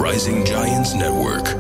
Rising Giants Network.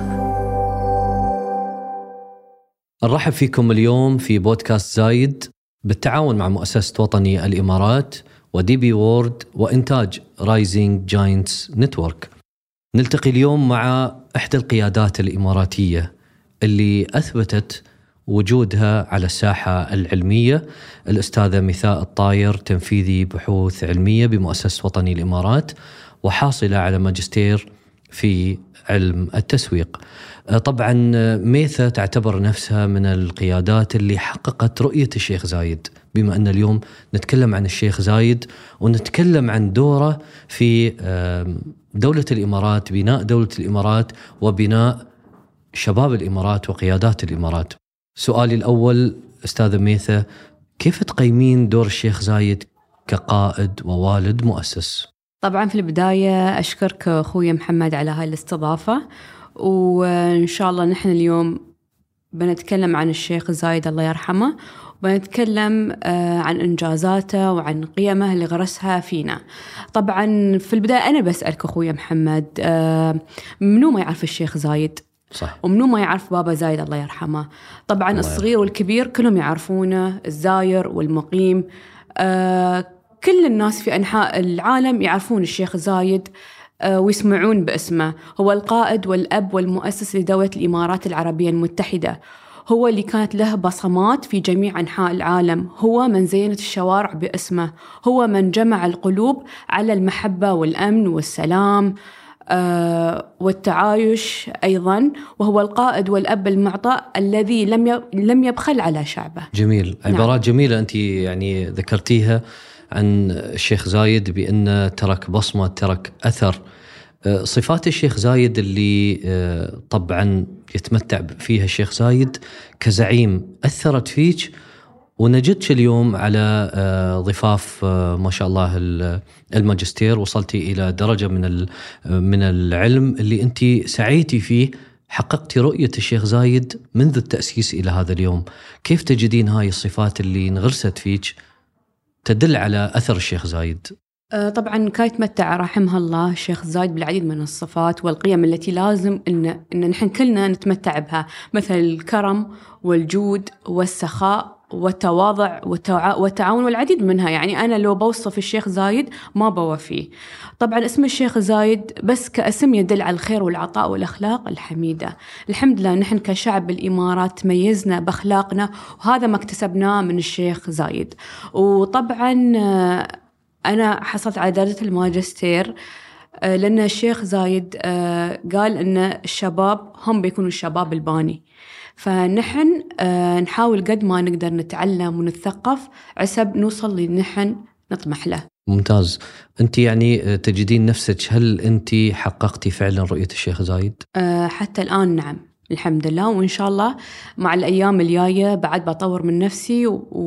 نرحب فيكم اليوم في بودكاست زايد بالتعاون مع مؤسسة وطني الإمارات ودي بي وورد وإنتاج رايزنج جاينتس نتورك. نلتقي اليوم مع إحدى القيادات الإماراتية اللي أثبتت وجودها على الساحة العلمية، الأستاذة ميثاء الطاير، تنفيذي بحوث علمية بمؤسسة وطني الإمارات وحاصلة على ماجستير في علم التسويق. طبعا ميثا تعتبر نفسها من القيادات اللي حققت رؤية الشيخ زايد، بما أن اليوم نتكلم عن الشيخ زايد ونتكلم عن دوره في دولة الإمارات، بناء دولة الإمارات وبناء شباب الإمارات وقيادات الإمارات. سؤالي الأول أستاذة ميثا، كيف تقيمين دور الشيخ زايد كقائد ووالد مؤسس؟ طبعا في البداية أشكرك أخوي محمد على هاي الاستضافة، وإن شاء الله نحن اليوم بنتكلم عن الشيخ زايد الله يرحمه، وبنتكلم عن إنجازاته وعن قيمه اللي غرسها فينا. طبعا في البداية أنا بسألك أخوي محمد، منو ما يعرف الشيخ زايد؟ صح. ومنو ما يعرف بابا زايد الله يرحمه؟ طبعا الله الصغير يرحمه والكبير كلهم يعرفونه، الزاير والمقيم، كل الناس في أنحاء العالم يعرفون الشيخ زايد ويسمعون باسمه. هو القائد والأب والمؤسس لدولة الإمارات العربية المتحدة، هو اللي كانت له بصمات في جميع أنحاء العالم، هو من زينت الشوارع باسمه، هو من جمع القلوب على المحبة والأمن والسلام والتعايش أيضا، وهو القائد والأب المعطاء الذي لم يبخل على شعبه. جميل. عبارات جميلة أنت يعني ذكرتيها عن الشيخ زايد بأنه ترك بصمة، ترك أثر. صفات الشيخ زايد اللي طبعا يتمتع فيها الشيخ زايد كزعيم أثرت فيك ونجدش اليوم على ضفاف ما شاء الله الماجستير، وصلتي إلى درجة من العلم اللي أنت سعيتي فيه، حققتي رؤية الشيخ زايد منذ التأسيس إلى هذا اليوم. كيف تجدين هاي الصفات اللي انغرست فيك تدل على أثر الشيخ زايد؟ طبعا كان يتمتع رحمها الله الشيخ زايد بالعديد من الصفات والقيم التي لازم إن نحن كلنا نتمتع بها، مثل الكرم والجود والسخاء والتواضع والتعاون والعديد منها. يعني أنا لو بوصف الشيخ زايد ما بوفيه. طبعا اسم الشيخ زايد بس كاسم يدل على الخير والعطاء والأخلاق الحميدة. الحمد لله نحن كشعب الإمارات تميزنا بأخلاقنا، وهذا ما اكتسبناه من الشيخ زايد. وطبعا أنا حصلت على درجة الماجستير لأن الشيخ زايد قال أن الشباب هم بيكونوا الشباب الباني، فنحن نحاول قد ما نقدر نتعلم ونتثقف عسب نوصل لنحن نطمح له. ممتاز. أنت يعني تجدين نفسك هل أنت حققتي فعلا رؤية الشيخ زايد؟ حتى الآن نعم الحمد لله، وإن شاء الله مع الأيام الجاية بعد بطور من نفسي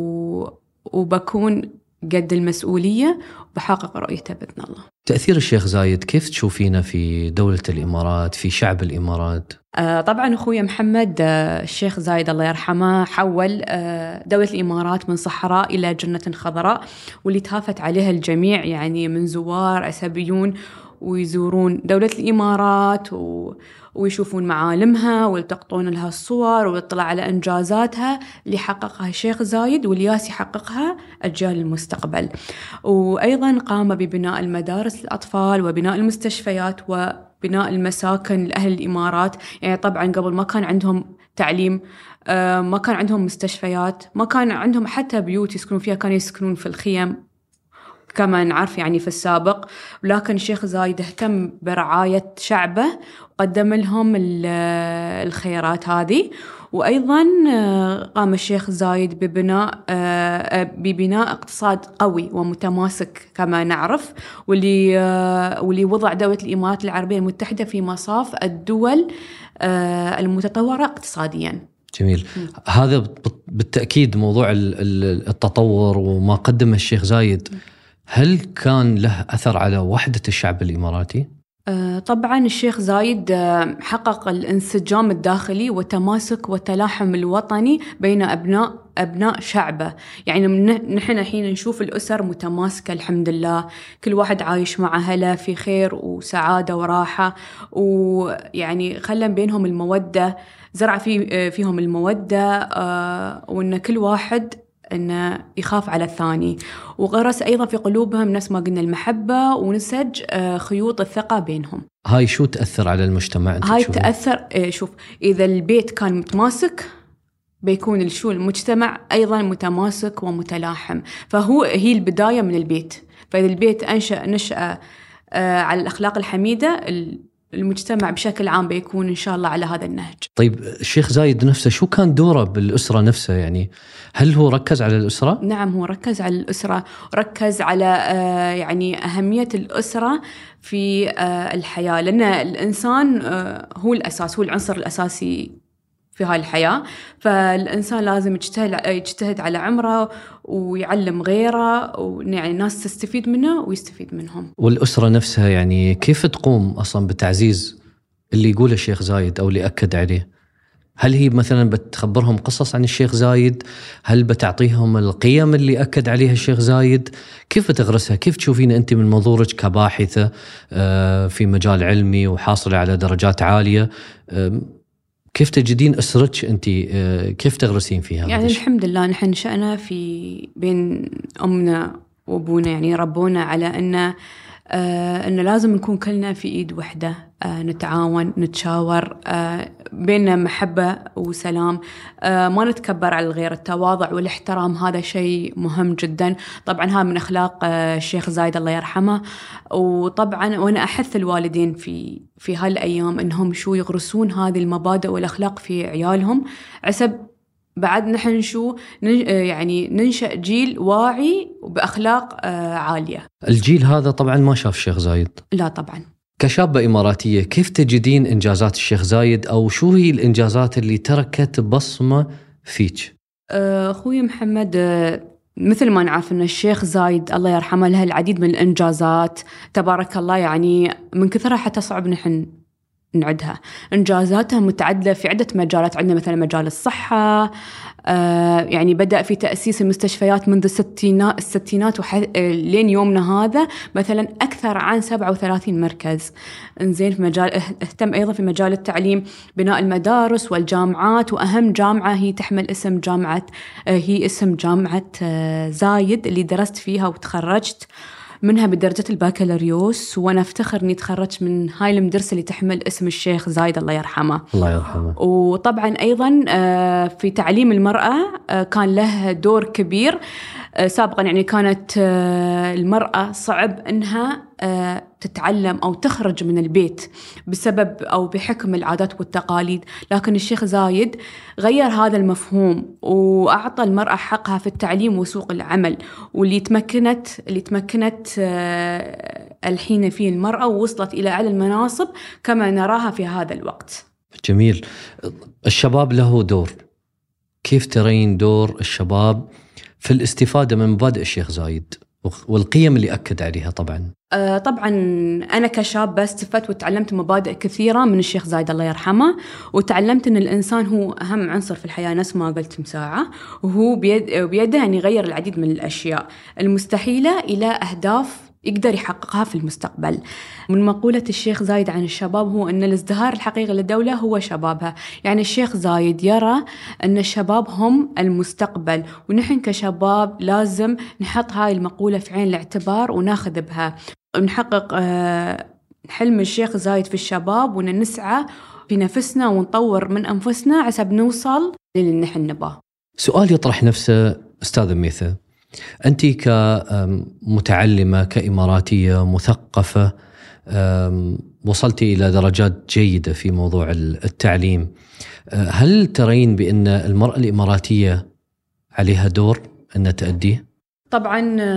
وبكون قد المسؤولية وبحقق رؤيته بإذن الله. تأثير الشيخ زايد كيف تشوفينه في دولة الإمارات، في شعب الإمارات؟ طبعا أخوي محمد، الشيخ زايد الله يرحمه حول دولة الإمارات من صحراء إلى جنة خضراء، واللي تهافت عليها الجميع، يعني من زوار أسابيون ويزورون دولة الإمارات ويشوفون معالمها ويلتقطون لها الصور ويطلع على إنجازاتها اللي حققها الشيخ زايد واللي يحققها أجيال المستقبل. وأيضا قام ببناء المدارس للأطفال وبناء المستشفيات وبناء المساكن لأهل الإمارات. يعني طبعا قبل ما كان عندهم تعليم، ما كان عندهم مستشفيات، ما كان عندهم حتى بيوت يسكنون فيها، كانوا يسكنون في الخيم كما نعرف يعني في السابق. ولكن الشيخ زايد اهتم برعاية شعبه وقدم لهم الخيرات هذه. وأيضا قام الشيخ زايد ببناء اقتصاد قوي ومتماسك كما نعرف، واللي وضع دولة الإمارات العربية المتحدة في مصاف الدول المتطورة اقتصاديا. جميل. هذا بالتأكيد موضوع التطور وما قدم الشيخ زايد، هل كان له أثر على وحدة الشعب الإماراتي؟ طبعا الشيخ زايد حقق الانسجام الداخلي والتماسك والتلاحم الوطني بين أبناء شعبه. يعني نحن الحين نشوف الأسر متماسكة الحمد لله، كل واحد عايش مع أهله في خير وسعادة وراحة، ويعني خلى بينهم المودة، زرع فيهم المودة، وأن كل واحد أنه يخاف على الثاني، وغرس أيضا في قلوبهم نفس ما قلنا المحبة، ونسج خيوط الثقة بينهم. هاي شو تأثر على المجتمع؟ هاي تأثر، شوف، إذا البيت كان متماسك بيكون المجتمع أيضا متماسك ومتلاحم، هي البداية من البيت. فإذا البيت نشأ على الأخلاق الحميدة، المجتمع بشكل عام بيكون إن شاء الله على هذا النهج. طيب الشيخ زايد نفسه شو كان دوره بالأسرة نفسها؟ يعني هل هو ركز على الأسرة؟ نعم، هو ركز على الأسرة، ركز على يعني أهمية الأسرة في الحياة، لأن الإنسان هو الأساس، هو العنصر الأساسي في هاي الحياة. فالإنسان لازم يجتهد على عمره ويعلم غيره، ويعني الناس تستفيد منه ويستفيد منهم. والأسرة نفسها يعني كيف تقوم أصلا بتعزيز اللي يقوله الشيخ زايد أو اللي أكد عليه؟ هل هي مثلا بتخبرهم قصص عن الشيخ زايد؟ هل بتعطيهم القيم اللي أكد عليها الشيخ زايد؟ كيف بتغرسها؟ كيف تشوفين أنت من منظورك كباحثة في مجال علمي وحاصلة على درجات عالية، كيف تجدين أسرتك أنت، كيف تغرسين فيها؟ يعني الحمد لله نحن نشأنا في بين أمنا وأبونا، يعني ربونا على أن لازم نكون كلنا في إيد وحدة، نتعاون، نتشاور، بيننا محبة وسلام، ما نتكبر على الغير، التواضع والاحترام هذا شيء مهم جدا. طبعا هذا من أخلاق الشيخ زايد الله يرحمه. وطبعا وأنا أحث الوالدين في هالأيام أنهم يغرسون هذه المبادئ والأخلاق في عيالهم، عسب بعد نحن يعني ننشأ جيل واعي وبأخلاق عالية. الجيل هذا طبعا ما شاف الشيخ زايد؟ لا طبعا. كشابة إماراتية كيف تجدين إنجازات الشيخ زايد، أو شو هي الإنجازات اللي تركت بصمة فيك؟ أخوي محمد، مثل ما نعرف أن الشيخ زايد الله يرحمه له العديد من الإنجازات تبارك الله، يعني من كثرها حتى صعب نحن نعدها. إنجازاتها متعددة في عدة مجالات. عندنا مثلا مجال الصحة، يعني بدأ في تأسيس المستشفيات منذ الستينات لين يومنا هذا، مثلا أكثر عن 37 مركز. إنزين في مجال اهتم أيضا في مجال التعليم، بناء المدارس والجامعات، وأهم جامعة هي تحمل اسم جامعة زايد اللي درست فيها وتخرجت منها بدرجة البكالوريوس، وأنا أفتخر أني تخرجت من هاي المدرسة اللي تحمل اسم الشيخ زايد الله يرحمه. الله يرحمه. وطبعا أيضا في تعليم المرأة كان له دور كبير. سابقا يعني كانت المرأة صعب أنها تتعلم أو تخرج من البيت بسبب أو بحكم العادات والتقاليد، لكن الشيخ زايد غير هذا المفهوم وأعطى المرأة حقها في التعليم وسوق العمل، واللي تمكنت الحين فيه المرأة ووصلت إلى أعلى المناصب كما نراها في هذا الوقت. جميل. الشباب له دور، كيف ترين دور الشباب في الاستفادة من مبادئ الشيخ زايد والقيم اللي أكد عليها؟ طبعا أنا كشابة استفدت وتعلمت مبادئ كثيرة من الشيخ زايد الله يرحمه، وتعلمت أن الإنسان هو أهم عنصر في الحياة، نفس ما قلت مساعة، وهو بيده أن يغير العديد من الأشياء المستحيلة إلى أهداف يقدر يحققها في المستقبل. من مقولة الشيخ زايد عن الشباب هو أن الازدهار الحقيقي للدولة هو شبابها. يعني الشيخ زايد يرى أن الشباب هم المستقبل، ونحن كشباب لازم نحط هاي المقولة في عين الاعتبار وناخذ بها، ونحقق حلم الشيخ زايد في الشباب، ونسعى في نفسنا ونطور من أنفسنا عسب نوصل للي نحن نباه. سؤال يطرح نفسه أستاذ ميثا، أنت كمتعلمة كإماراتية مثقفة، وصلتي إلى درجات جيدة في موضوع التعليم، هل ترين بأن المرأة الإماراتية عليها دور أن تأديه؟ طبعا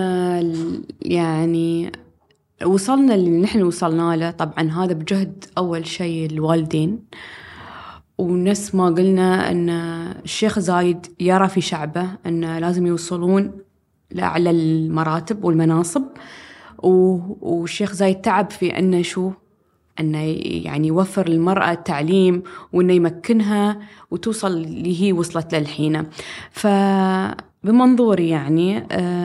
يعني وصلنا اللي نحن وصلنا له طبعا هذا بجهد أول شيء الوالدين، ونفس ما قلنا أن الشيخ زايد يرى في شعبه أن لازم يوصلون لأعلى المراتب والمناصب، والشيخ زايد تعب في أنه أنه يعني يوفر للمرأة التعليم وأنه يمكنها وتوصل اللي هي وصلت له الحين. فبمنظوري يعني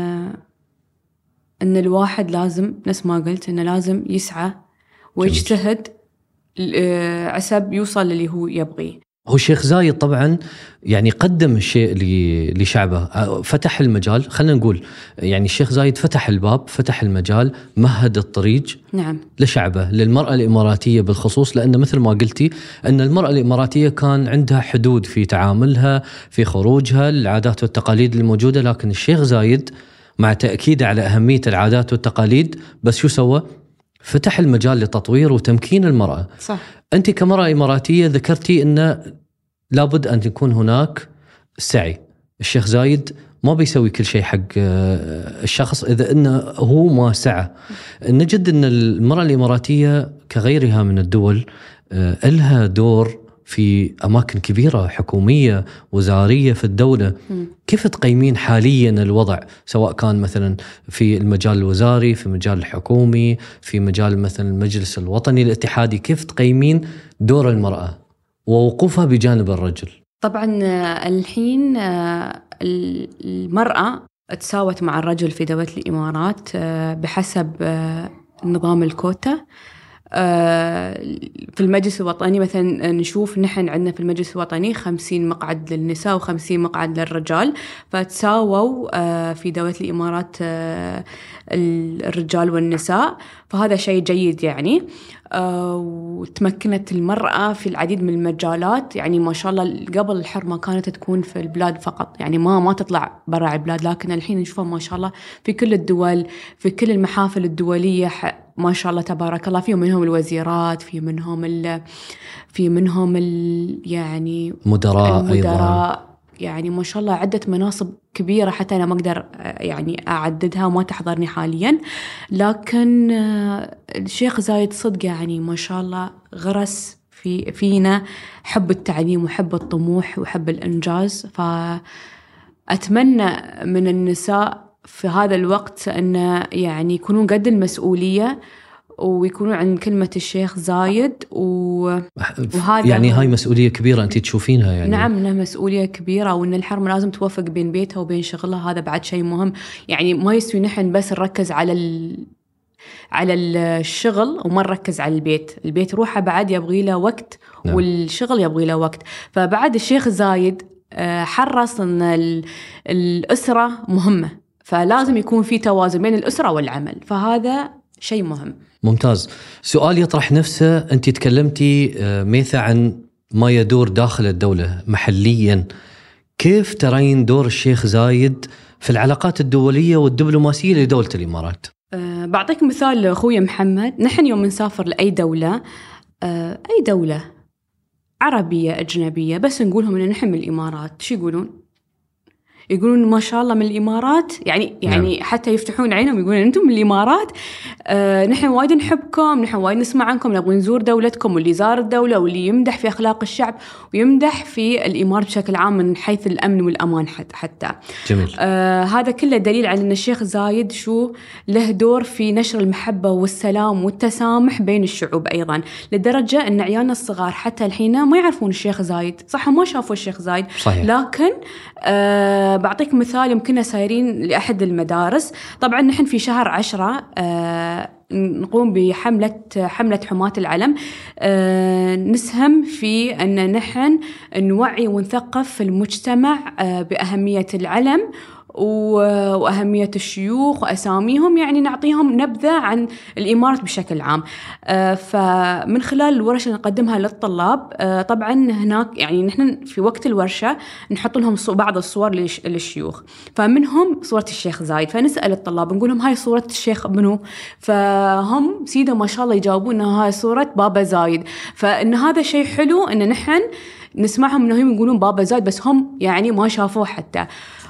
أن الواحد لازم نفس ما قلت أنه لازم يسعى ويجتهد عسب يوصل اللي هو يبغيه. هو الشيخ زايد طبعا يعني قدم الشيء لشعبه، فتح المجال، خلينا نقول يعني الشيخ زايد فتح الباب، فتح المجال، مهد الطريق نعم لشعبه، للمرأة الإماراتية بالخصوص، لأن مثل ما قلتي أن المرأة الإماراتية كان عندها حدود في تعاملها، في خروجها، العادات والتقاليد الموجودة. لكن الشيخ زايد مع تأكيد على أهمية العادات والتقاليد، بس شو سوى؟ فتح المجال لتطوير وتمكين المرأة. صح. أنت كمرأة إماراتية ذكرتي أن لابد أن تكون هناك سعي. الشيخ زايد ما بيسوي كل شيء حق الشخص إذا أنه هو ما سعى. نجد أن المرأة الإماراتية كغيرها من الدول لها دور في أماكن كبيرة حكومية وزارية في الدولة. كيف تقيمين حاليا الوضع، سواء كان مثلا في المجال الوزاري، في المجال الحكومي، في مجال مثلا المجلس الوطني الاتحادي، كيف تقيمين دور المرأة ووقوفها بجانب الرجل؟ طبعا الحين المرأة تساوت مع الرجل في دولة الإمارات بحسب نظام الكوتا. في المجلس الوطني مثلا نشوف نحن عندنا في المجلس الوطني 50 مقعد للنساء و50 مقعد للرجال، فتساووا في دولة الإمارات الرجال والنساء، فهذا شيء جيد يعني. وتمكنت المرأة في العديد من المجالات، يعني ما شاء الله قبل الحرب ما كانت تكون في البلاد فقط، يعني ما تطلع برا البلاد، لكن الحين نشوفها ما شاء الله في كل الدول، في كل المحافل الدولية ما شاء الله تبارك الله، في منهم الوزيرات، في منهم يعني مدراء أيضا، يعني ما شاء الله عدة مناصب كبيرة حتى أنا ما أقدر يعني أعددها وما تحضرني حاليا. لكن الشيخ زايد صدق يعني ما شاء الله غرس فينا حب التعليم وحب الطموح وحب الإنجاز. فأتمنى من النساء في هذا الوقت أن يعني يكونون قد المسؤولية ويكونوا عند كلمة الشيخ زايد وهذا يعني هاي مسؤولية كبيرة أنت تشوفينها يعني. نعم إنها مسؤولية كبيرة، وإن الحرمة لازم توفق بين بيتها وبين شغلها، هذا بعد شيء مهم. يعني ما يسوي نحن بس نركز على الشغل وما نركز على البيت روحه بعد يبغي له وقت. نعم. والشغل يبغي له وقت. فبعد الشيخ زايد حرص أن الأسرة مهمة، فلازم يكون في توازن بين الأسرة والعمل، فهذا شيء مهم. ممتاز. سؤال يطرح نفسه، أنت تكلمتي ميثا عن ما يدور داخل الدولة محليا، كيف ترين دور الشيخ زايد في العلاقات الدولية والدبلوماسية لدولة الإمارات؟ بعطيك مثال أخوي محمد، نحن يوم نسافر لأي دولة، أي دولة عربية أجنبية، بس نقولهم إن نحن من الإمارات، شو يقولون ما شاء الله من الإمارات، يعني نعم. حتى يفتحون عينهم يقولون أنتم من الإمارات، نحن وايد نحبكم، نحن وايد نسمع عنكم، نبغى نزور دولتكم. واللي زار الدولة واللي يمدح في أخلاق الشعب ويمدح في الإمارات بشكل عام من حيث الأمن والأمان حتى. جميل. هذا كله دليل على أن الشيخ زايد له دور في نشر المحبة والسلام والتسامح بين الشعوب أيضا، لدرجة أن عيالنا الصغار حتى الحين ما يعرفون الشيخ زايد، صح ما شافوا الشيخ زايد. صحيح. لكن بعطيك مثال، يمكننا سايرين لأحد المدارس، طبعا نحن في شهر 10 نقوم بحملة حماة العلم، نسهم في أن نحن نوعي ونثقف المجتمع بأهمية العلم وأهمية الشيوخ وأساميهم، يعني نعطيهم نبذة عن الإمارات بشكل عام. فمن خلال الورشة اللي نقدمها للطلاب، طبعا هناك يعني نحن في وقت الورشة نحط لهم بعض الصور للشيوخ، فمنهم صورة الشيخ زايد، فنسأل الطلاب نقول لهم هاي صورة الشيخ منو؟ فهم سيدة ما شاء الله يجاوبون إنها هاي صورة بابا زايد. فإن هذا شيء حلو إن نحن نسمعهم إنهم يقولون بابا زايد، بس هم يعني ما شافوه حتى.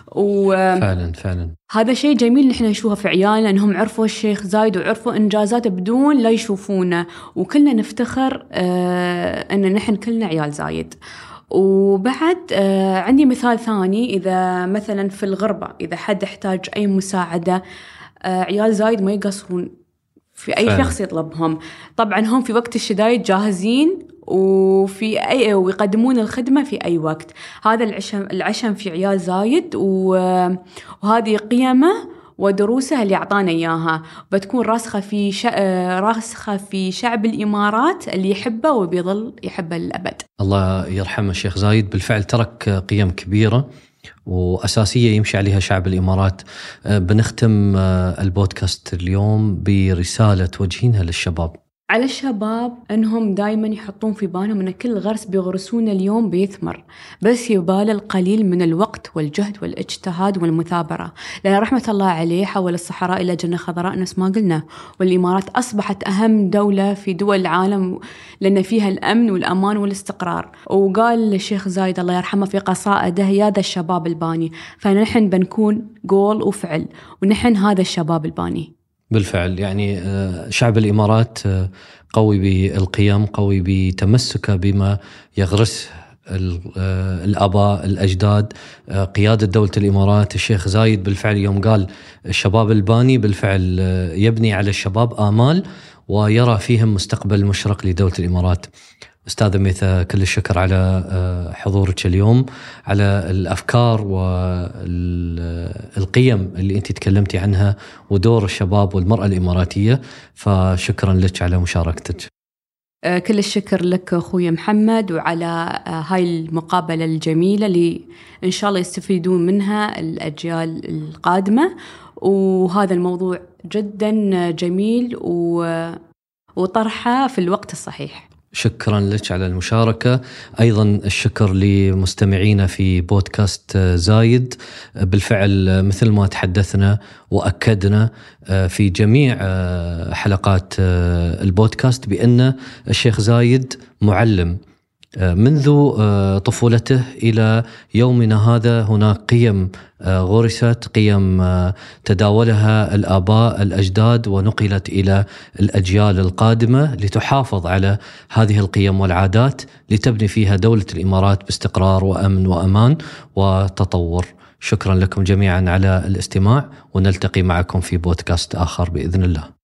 فعلا هذا شيء جميل نحن نشوفه في عيالنا، أنهم عرفوا الشيخ زايد وعرفوا إنجازاته بدون لا يشوفونه، وكلنا نفتخر أن نحن كلنا عيال زايد. وبعد عندي مثال ثاني، إذا مثلا في الغربة إذا حد احتاج أي مساعدة، عيال زايد ما يقصرون في أي شخص يطلبهم. طبعا هم في وقت الشدايد جاهزين ويقدمون الخدمة في أي وقت. هذا العشم في عيال زايد، وهذه قيمه ودروسه اللي أعطانا إياها، بتكون راسخة في شعب الإمارات اللي يحبه وبيظل يحبه للأبد. الله يرحمه الشيخ زايد، بالفعل ترك قيم كبيرة وأساسية يمشي عليها شعب الإمارات. بنختم البودكاست اليوم برسالة توجهينها للشباب. على الشباب أنهم دايما يحطون في بالهم أن كل غرس بيغرسون اليوم بيثمر، بس يبال القليل من الوقت والجهد والاجتهاد والمثابرة. لأن رحمة الله عليه حول الصحراء إلى جنة خضراء نفس ما قلنا، والإمارات أصبحت أهم دولة في دول العالم لأن فيها الأمن والأمان والاستقرار. وقال الشيخ زايد الله يرحمه في قصائده: يا ذا الشباب الباني. فنحن بنكون قول وفعل، ونحن هذا الشباب الباني. بالفعل يعني شعب الإمارات قوي بالقيم، قوي بتمسكه بما يغرسه الآباء الأجداد. قيادة دولة الإمارات الشيخ زايد بالفعل يوم قال الشباب الباني، بالفعل يبني على الشباب آمال ويرى فيهم مستقبل مشرق لدولة الإمارات. أستاذة ميثا، كل الشكر على حضورك اليوم، على الأفكار والقيم اللي أنت تكلمتي عنها ودور الشباب والمرأة الإماراتية، فشكرا لك على مشاركتك. كل الشكر لك أخوي محمد، وعلى هاي المقابلة الجميلة اللي إن شاء الله يستفيدون منها الأجيال القادمة. وهذا الموضوع جدا جميل وطرحه في الوقت الصحيح. شكرا لك على المشاركة. أيضا الشكر لمستمعينا في بودكاست زايد. بالفعل مثل ما تحدثنا وأكدنا في جميع حلقات البودكاست بأن الشيخ زايد معلم منذ طفولته إلى يومنا هذا. هناك قيم غرست، قيم تداولها الآباء الأجداد ونقلت إلى الأجيال القادمة لتحافظ على هذه القيم والعادات، لتبني فيها دولة الإمارات باستقرار وأمن وأمان وتطور. شكرا لكم جميعا على الاستماع، ونلتقي معكم في بودكاست آخر بإذن الله.